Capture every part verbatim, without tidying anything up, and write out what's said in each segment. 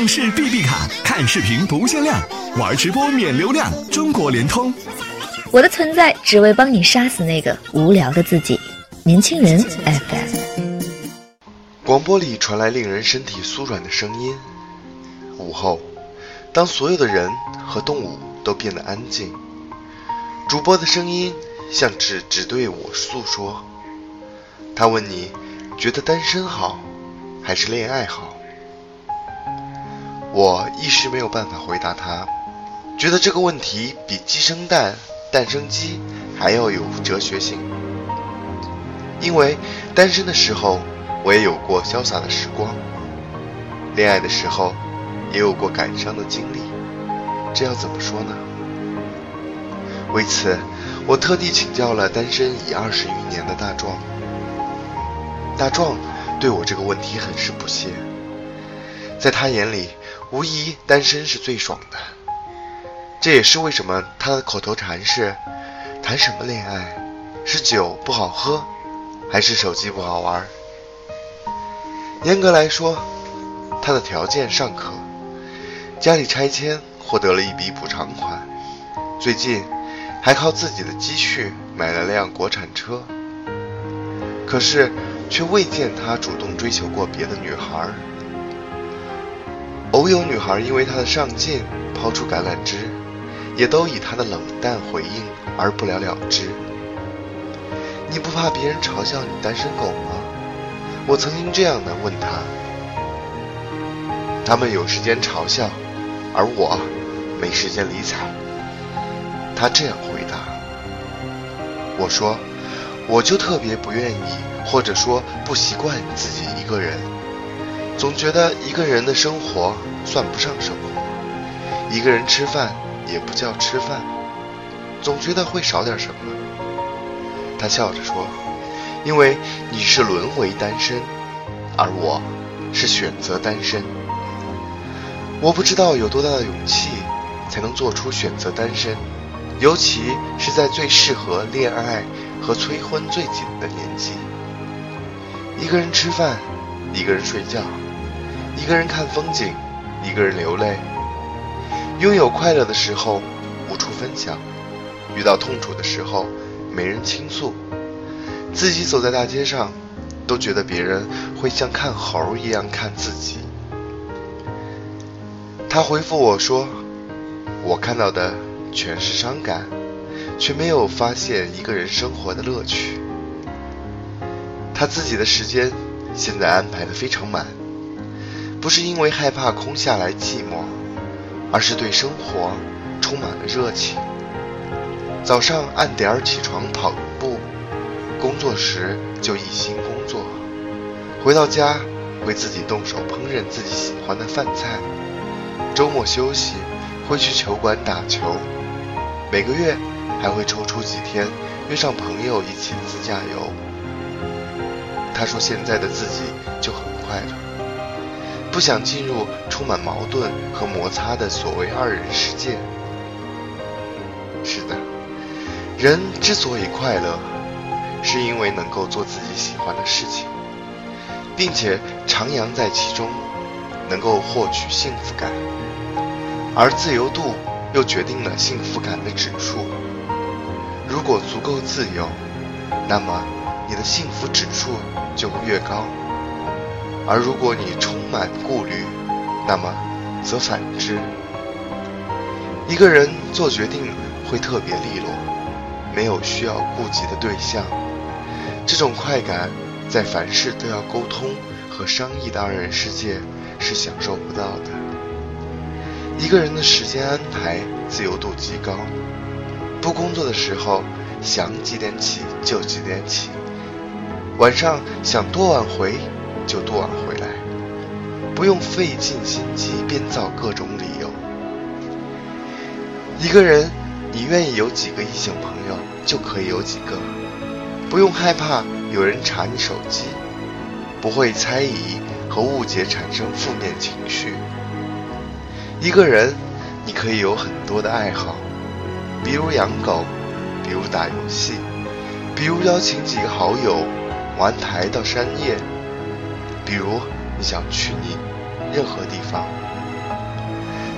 上市 B B 卡，看视频不限量，玩直播免流量，中国联通。 我的存在只为帮你杀死那个无聊的自己。年轻人 F M。 广播里传来令人身体酥软的声音。午后，当所有的人和动物都变得安静，主播的声音像只只对我诉说。他问你，觉得单身好还是恋爱好？我一时没有办法回答他，觉得这个问题比鸡生蛋、蛋生鸡还要有哲学性。因为单身的时候我也有过潇洒的时光，恋爱的时候也有过感伤的经历，这要怎么说呢？为此我特地请教了单身已二十余年的大壮。大壮对我这个问题很是不屑，在他眼里无疑单身是最爽的，这也是为什么他的口头禅是谈什么恋爱，是酒不好喝还是手机不好玩？严格来说，他的条件尚可，家里拆迁获得了一笔补偿款，最近还靠自己的积蓄买了辆国产车，可是却未见他主动追求过别的女孩。偶有女孩因为他的上进抛出橄榄枝，也都以他的冷淡回应而不了了之。你不怕别人嘲笑你单身狗吗？我曾经这样的问他。他们有时间嘲笑，而我没时间理睬。他这样回答。我说，我就特别不愿意，或者说不习惯自己一个人，总觉得一个人的生活算不上生活，一个人吃饭也不叫吃饭，总觉得会少点什么。他笑着说，因为你是沦为单身，而我是选择单身。我不知道有多大的勇气才能做出选择单身，尤其是在最适合恋爱和催婚最紧的年纪。一个人吃饭，一个人睡觉，一个人看风景，一个人流泪。拥有快乐的时候无处分享，遇到痛楚的时候没人倾诉，自己走在大街上都觉得别人会像看猴一样看自己。他回复我说，我看到的全是伤感，却没有发现一个人生活的乐趣。他自己的时间现在安排得非常满，不是因为害怕空下来寂寞，而是对生活充满了热情。早上按点起床跑步，工作时就一心工作，回到家会自己动手烹饪自己喜欢的饭菜，周末休息会去球馆打球，每个月还会抽出几天约上朋友一起自驾游。他说现在的自己就很快乐，不想进入充满矛盾和摩擦的所谓二人世界。是的，人之所以快乐，是因为能够做自己喜欢的事情，并且徜徉在其中，能够获取幸福感，而自由度又决定了幸福感的指数。如果足够自由，那么你的幸福指数就会越高，而如果你充满顾虑，那么则反之。一个人做决定会特别利落，没有需要顾及的对象，这种快感在凡事都要沟通和商议的二人世界是享受不到的。一个人的时间安排自由度极高，不工作的时候想几点起就几点起，晚上想多晚回就多晚回来，不用费尽心机编造各种理由。一个人你愿意有几个异性朋友就可以有几个，不用害怕有人查你手机，不会猜疑和误解产生负面情绪。一个人你可以有很多的爱好，比如养狗，比如打游戏，比如邀请几个好友玩台到山夜，比如你想去你任何地方，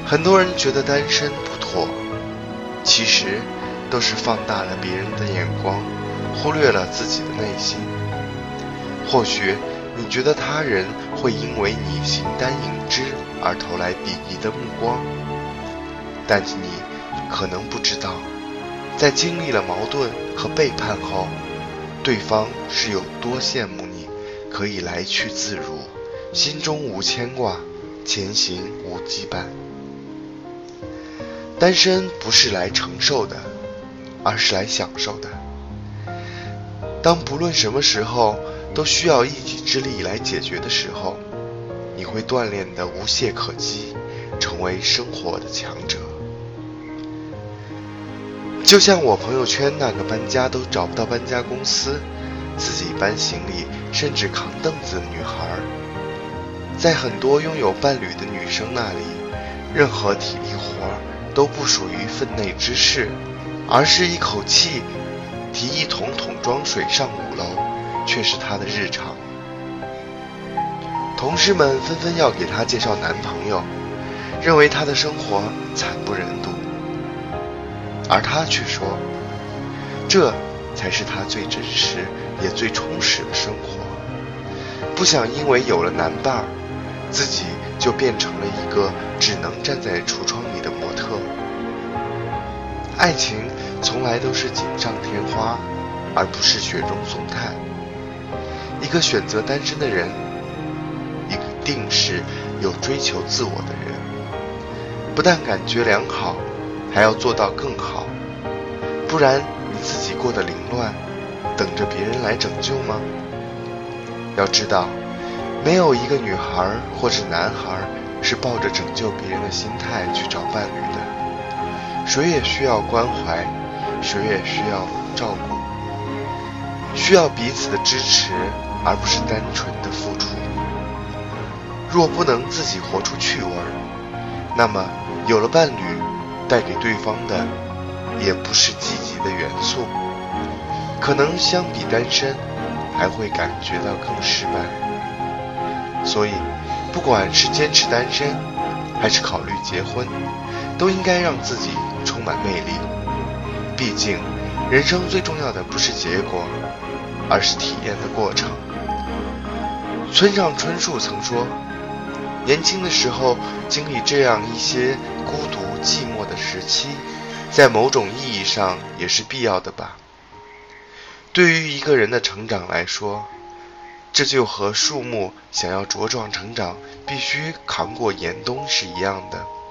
很多人觉得单身不妥，其实都是放大了别人的眼光，忽略了自己的内心。或许你觉得他人会因为你形单影只而投来鄙夷的目光，但你可能不知道，在经历了矛盾和背叛后，对方是有多羡慕你可以来去自如，心中无牵挂，前行无羁绊。单身不是来承受的，而是来享受的。当不论什么时候都需要一己之力来解决的时候，你会锻炼得无懈可击，成为生活的强者。就像我朋友圈那个搬家都找不到搬家公司，自己搬行李甚至扛凳子的女孩，在很多拥有伴侣的女生那里，任何体力活都不属于分内之事，而是一口气提一桶桶装水上五楼，却是她的日常。同事们纷纷要给她介绍男朋友，认为她的生活惨不忍睹，而她却说，这才是她最真实也最充实的生活。不想因为有了男伴，自己就变成了一个只能站在橱窗里的模特。爱情从来都是锦上添花，而不是雪中送炭。一个选择单身的人，一定是有追求自我的人，不但感觉良好，还要做到更好，不然你自己过得凌乱，等着别人来拯救吗？要知道，没有一个女孩或是男孩是抱着拯救别人的心态去找伴侣的。谁也需要关怀，谁也需要照顾，需要彼此的支持，而不是单纯的付出。若不能自己活出趣味，那么有了伴侣，带给对方的也不是积极的元素，可能相比单身还会感觉到更失败。所以不管是坚持单身还是考虑结婚，都应该让自己充满魅力。毕竟人生最重要的不是结果，而是体验的过程。村上春树曾说，年轻的时候经历这样一些孤独寂寞的时期，在某种意义上也是必要的吧。对于一个人的成长来说，这就和树木想要茁壮成长必须扛过严冬是一样的。